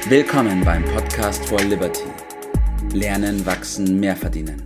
Willkommen beim Podcast for Liberty. Lernen, wachsen, mehr verdienen.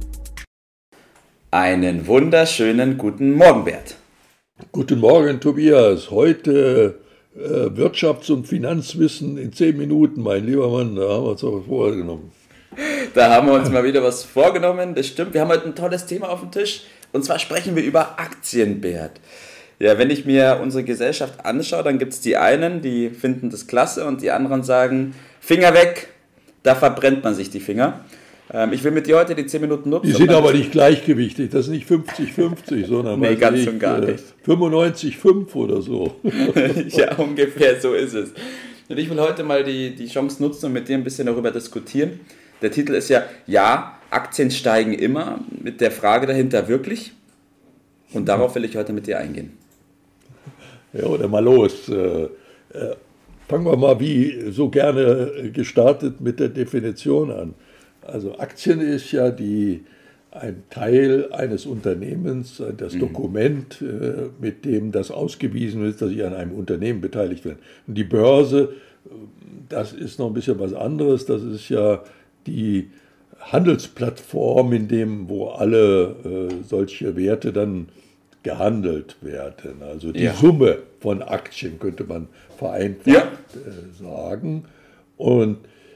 Einen wunderschönen guten Morgen, Bert. Guten Morgen, Tobias. Heute Wirtschafts- und Finanzwissen in 10 Minuten, mein lieber Mann. Da haben wir uns auch vorgenommen. Da haben wir uns mal wieder was vorgenommen. Das stimmt. Wir haben heute ein tolles Thema auf dem Tisch. Und zwar sprechen wir über Aktien, Bert. Ja, wenn ich mir unsere Gesellschaft anschaue, dann gibt es die einen, die finden das klasse und die anderen sagen, Finger weg, da verbrennt man sich die Finger. Ich will mit dir heute die 10 Minuten nutzen. Die sind aber nicht gleichgewichtig, das ist nicht 50-50, sondern nee, ganz und gar nicht. 95-5 oder so. Ja, ungefähr so ist es. Und ich will heute mal die Chance nutzen und mit dir ein bisschen darüber diskutieren. Der Titel ist ja, Aktien steigen immer, mit der Frage dahinter wirklich. Und darauf will ich heute mit dir eingehen. Ja, oder mal los. Fangen wir mal wie so gerne gestartet mit der Definition an. Also Aktien ist ja ein Teil eines Unternehmens, das Dokument, mit dem das ausgewiesen ist, dass ich an einem Unternehmen beteiligt bin. Und die Börse, das ist noch ein bisschen was anderes. Das ist ja die Handelsplattform, wo alle solche Werte dann gehandelt werden. Also die Summe von Aktien könnte man vereinfacht sagen. Und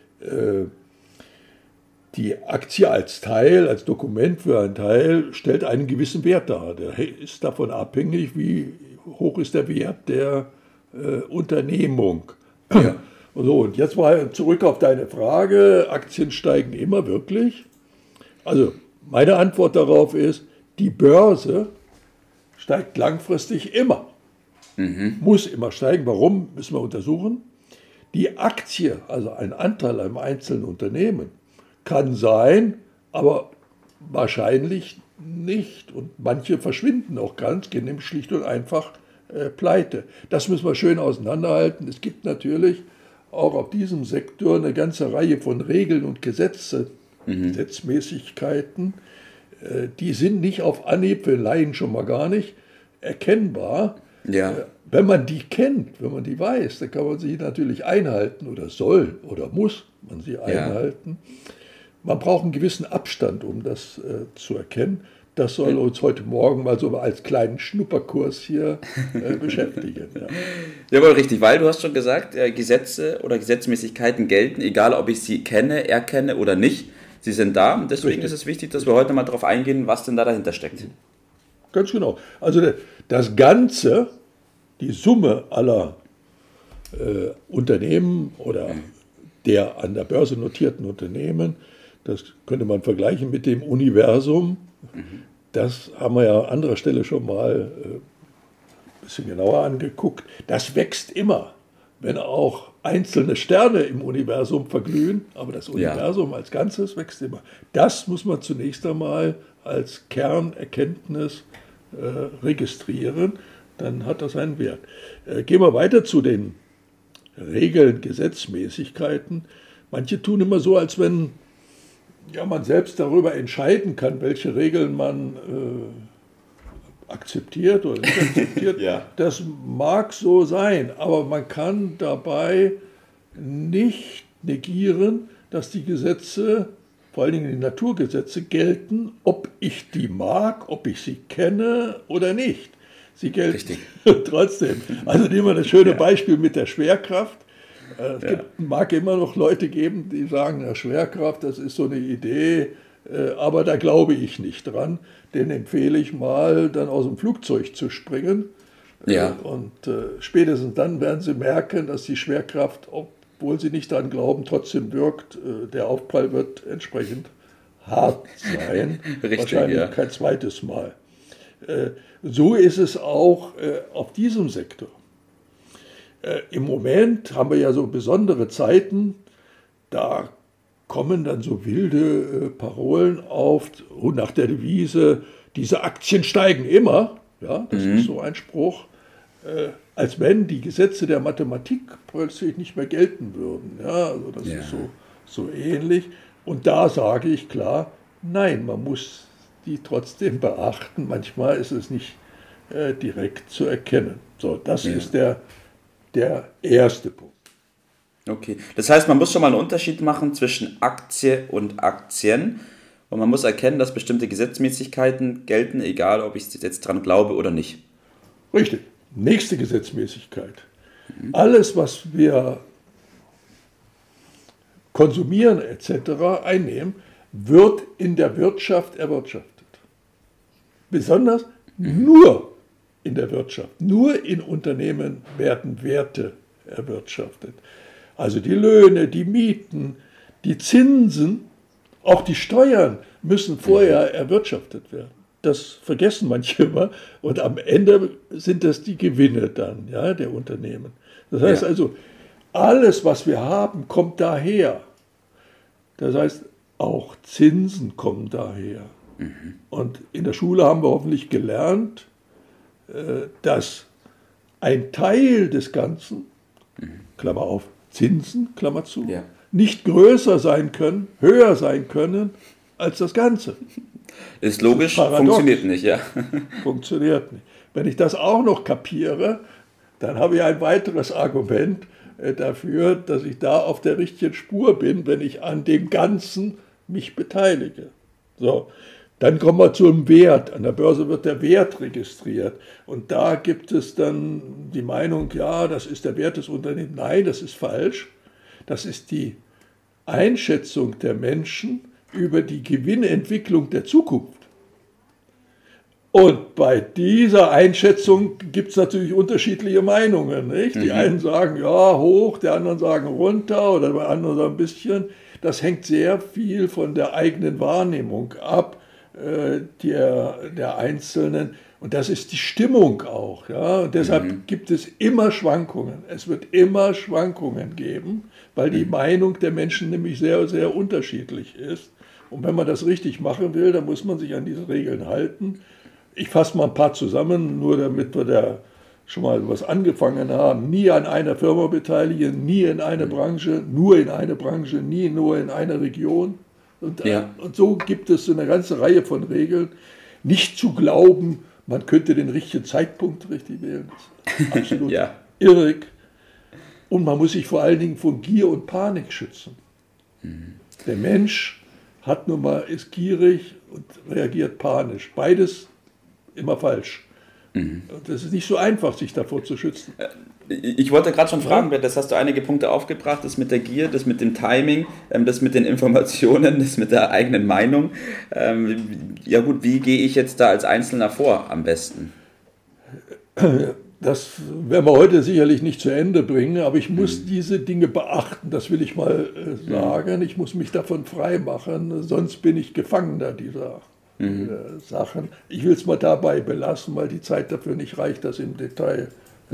die Aktie als Dokument für einen Teil, stellt einen gewissen Wert dar. Der ist davon abhängig, wie hoch ist der Wert der Unternehmung. Ja. So, und jetzt mal zurück auf deine Frage, Aktien steigen immer wirklich? Also meine Antwort darauf ist, die Börse steigt langfristig immer. Muss immer steigen. Warum? Müssen wir untersuchen. Die Aktie, also ein Anteil am einzelnen Unternehmen, kann sein, aber wahrscheinlich nicht. Und manche verschwinden auch ganz, gehen nämlich schlicht und einfach pleite. Das müssen wir schön auseinanderhalten. Es gibt natürlich auch auf diesem Sektor eine ganze Reihe von Regeln und Gesetzmäßigkeiten. Die sind nicht auf Anhieb, für Laien schon mal gar nicht, erkennbar. Ja. Wenn man die kennt, wenn man die weiß, dann kann man sie natürlich einhalten oder soll oder muss man sie einhalten. Man braucht einen gewissen Abstand, um das zu erkennen. Das soll uns heute Morgen mal so als kleinen Schnupperkurs hier beschäftigen. Ja. Jawohl, richtig, weil du hast schon gesagt, Gesetze oder Gesetzmäßigkeiten gelten, egal ob ich sie erkenne oder nicht. Sie sind da und deswegen ist es wichtig, dass wir heute mal darauf eingehen, was denn da dahinter steckt. Ganz genau. Also das Ganze, die Summe aller Unternehmen oder der an der Börse notierten Unternehmen, das könnte man vergleichen mit dem Universum. Das haben wir ja an anderer Stelle schon mal ein bisschen genauer angeguckt. Das wächst immer, wenn auch einzelne Sterne im Universum verglühen, aber das Universum als Ganzes wächst immer. Das muss man zunächst einmal als Kernerkenntnis registrieren, dann hat das einen Wert. Gehen wir weiter zu den Regeln, Gesetzmäßigkeiten. Manche tun immer so, als wenn man selbst darüber entscheiden kann, welche Regeln man akzeptiert oder nicht akzeptiert. Das mag so sein, aber man kann dabei nicht negieren, dass die Gesetze, vor allen Dingen die Naturgesetze, gelten, ob ich die mag, ob ich sie kenne oder nicht. Sie gelten trotzdem. Also nehmen wir das schöne Beispiel mit der Schwerkraft. Es mag immer noch Leute geben, die sagen, Schwerkraft, das ist so eine Idee, aber da glaube ich nicht dran. Denen empfehle ich mal, dann aus dem Flugzeug zu springen. Und spätestens dann werden sie merken, dass die Schwerkraft, obwohl sie nicht daran glauben, trotzdem wirkt. Der Aufprall wird entsprechend hart sein. Wahrscheinlich kein zweites Mal. So ist es auch auf diesem Sektor. Im Moment haben wir ja so besondere Zeiten, da kommen dann so wilde Parolen auf nach der Devise, diese Aktien steigen immer, das ist so ein Spruch, als wenn die Gesetze der Mathematik plötzlich nicht mehr gelten würden. Also das ist so ähnlich. Und da sage ich klar, nein, man muss die trotzdem beachten. Manchmal ist es nicht direkt zu erkennen. So, das ist der erste Punkt. Okay, das heißt, man muss schon mal einen Unterschied machen zwischen Aktie und Aktien und man muss erkennen, dass bestimmte Gesetzmäßigkeiten gelten, egal ob ich jetzt dran glaube oder nicht. Richtig. Nächste Gesetzmäßigkeit. Alles, was wir konsumieren etc. einnehmen, wird in der Wirtschaft erwirtschaftet. Besonders nur in der Wirtschaft, nur in Unternehmen werden Werte erwirtschaftet. Also die Löhne, die Mieten, die Zinsen, auch die Steuern müssen vorher erwirtschaftet werden. Das vergessen manche immer und am Ende sind das die Gewinne dann, ja, der Unternehmen. Das heißt also, alles, was wir haben, kommt daher. Das heißt, auch Zinsen kommen daher. Und in der Schule haben wir hoffentlich gelernt, dass ein Teil des Ganzen, Klammer auf, Zinsen, Klammer zu, nicht größer sein können, höher sein können als das Ganze. Ist logisch, funktioniert nicht, ja. Funktioniert nicht. Wenn ich das auch noch kapiere, dann habe ich ein weiteres Argument dafür, dass ich da auf der richtigen Spur bin, wenn ich an dem Ganzen mich beteilige. So, dann kommen wir zum Wert. An der Börse wird der Wert registriert. Und da gibt es dann die Meinung, ja, das ist der Wert des Unternehmens. Nein, das ist falsch. Das ist die Einschätzung der Menschen über die Gewinnentwicklung der Zukunft. Und bei dieser Einschätzung gibt es natürlich unterschiedliche Meinungen. Nicht? Die einen sagen, ja, hoch, die anderen sagen runter oder bei anderen sagen ein bisschen. Das hängt sehr viel von der eigenen Wahrnehmung ab, der Einzelnen. Und das ist die Stimmung auch. Ja? Und deshalb gibt es immer Schwankungen. Es wird immer Schwankungen geben, weil die Meinung der Menschen nämlich sehr, sehr unterschiedlich ist. Und wenn man das richtig machen will, dann muss man sich an diese Regeln halten. Ich fasse mal ein paar zusammen, nur damit wir da schon mal was angefangen haben. Nie an einer Firma beteiligen, nie in eine Branche, nur in eine Branche, nie nur in eine Region. Und so gibt es eine ganze Reihe von Regeln. Nicht zu glauben, man könnte den richtigen Zeitpunkt richtig wählen. Das ist absolut irrig. Und man muss sich vor allen Dingen von Gier und Panik schützen. Der Mensch ist gierig und reagiert panisch. Beides immer falsch. Und das ist nicht so einfach, sich davor zu schützen. Ich wollte gerade schon fragen, das hast du einige Punkte aufgebracht, das mit der Gier, das mit dem Timing, das mit den Informationen, das mit der eigenen Meinung. Ja gut, wie gehe ich jetzt da als Einzelner vor am besten? Das werden wir heute sicherlich nicht zu Ende bringen, aber ich muss diese Dinge beachten, das will ich mal sagen. Ich muss mich davon frei machen, sonst bin ich Gefangener dieser Sachen. Ich will es mal dabei belassen, weil die Zeit dafür nicht reicht, das im Detail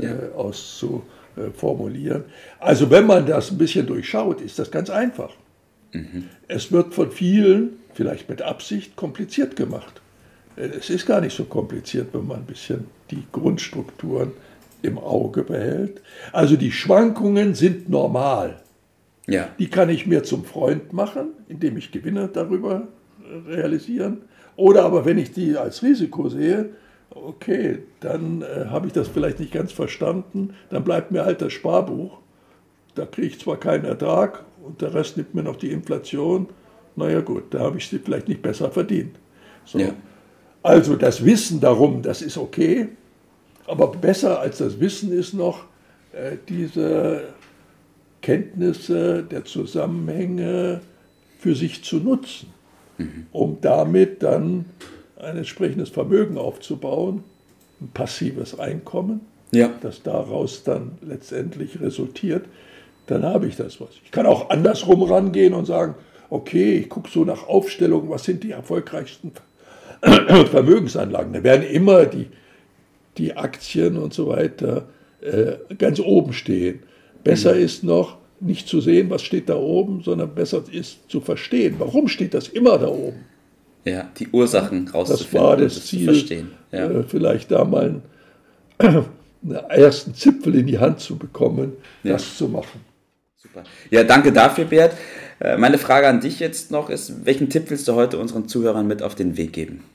auszuformulieren. Also wenn man das ein bisschen durchschaut, ist das ganz einfach. Es wird von vielen, vielleicht mit Absicht, kompliziert gemacht. Es ist gar nicht so kompliziert, wenn man ein bisschen die Grundstrukturen im Auge behält. Also die Schwankungen sind normal. Ja. Die kann ich mir zum Freund machen, indem ich Gewinne darüber realisieren. Oder aber wenn ich die als Risiko sehe, okay, dann habe ich das vielleicht nicht ganz verstanden, dann bleibt mir halt das Sparbuch. Da kriege ich zwar keinen Ertrag und der Rest nimmt mir noch die Inflation. Naja gut, da habe ich sie vielleicht nicht besser verdient. So. Ja. Also das Wissen darum, das ist okay, aber besser als das Wissen ist noch diese Kenntnisse der Zusammenhänge für sich zu nutzen, um damit dann ein entsprechendes Vermögen aufzubauen, ein passives Einkommen, das daraus dann letztendlich resultiert, dann habe ich das was. Ich kann auch andersrum rangehen und sagen, okay, ich gucke so nach Aufstellung, was sind die erfolgreichsten Vermögensanlagen. Da werden immer die Aktien und so weiter ganz oben stehen. Besser ist noch, nicht zu sehen, was steht da oben, sondern besser ist zu verstehen, warum steht das immer da oben. Ja, die Ursachen rauszufinden. Das war das Ziel, zu verstehen. Ja. Vielleicht da mal einen ersten Zipfel in die Hand zu bekommen, das zu machen. Super. Ja, danke dafür, Bert. Meine Frage an dich jetzt noch ist, welchen Tipp willst du heute unseren Zuhörern mit auf den Weg geben?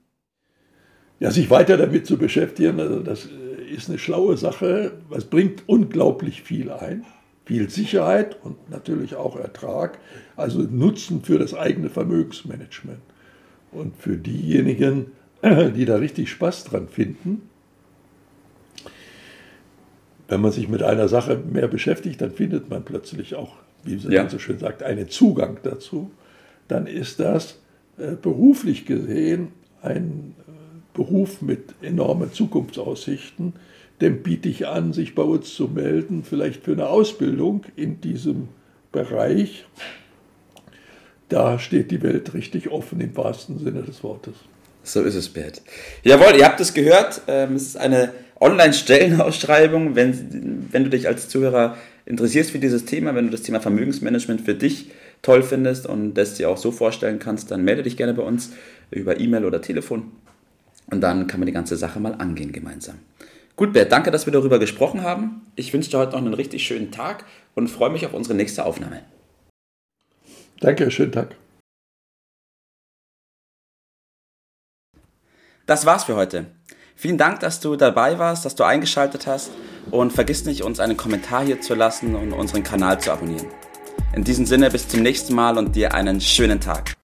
Ja, sich weiter damit zu beschäftigen, also das ist eine schlaue Sache, es bringt unglaublich viel ein. viel Sicherheit und natürlich auch Ertrag, also Nutzen für das eigene Vermögensmanagement. Und für diejenigen, die da richtig Spaß dran finden, wenn man sich mit einer Sache mehr beschäftigt, dann findet man plötzlich auch, wie man so schön sagt, einen Zugang dazu. Dann ist das beruflich gesehen ein Beruf mit enormen Zukunftsaussichten. Dem biete ich an, sich bei uns zu melden, vielleicht für eine Ausbildung in diesem Bereich. Da steht die Welt richtig offen im wahrsten Sinne des Wortes. So ist es, Bert. Jawohl, ihr habt es gehört. Es ist eine Online-Stellenausschreibung. Wenn du dich als Zuhörer interessierst für dieses Thema, wenn du das Thema Vermögensmanagement für dich toll findest und das dir auch so vorstellen kannst, dann melde dich gerne bei uns über E-Mail oder Telefon. Und dann kann man die ganze Sache mal angehen gemeinsam. Gut, Bert, danke, dass wir darüber gesprochen haben. Ich wünsche dir heute noch einen richtig schönen Tag und freue mich auf unsere nächste Aufnahme. Danke, schönen Tag. Das war's für heute. Vielen Dank, dass du dabei warst, dass du eingeschaltet hast und vergiss nicht, uns einen Kommentar hier zu lassen und unseren Kanal zu abonnieren. In diesem Sinne, bis zum nächsten Mal und dir einen schönen Tag.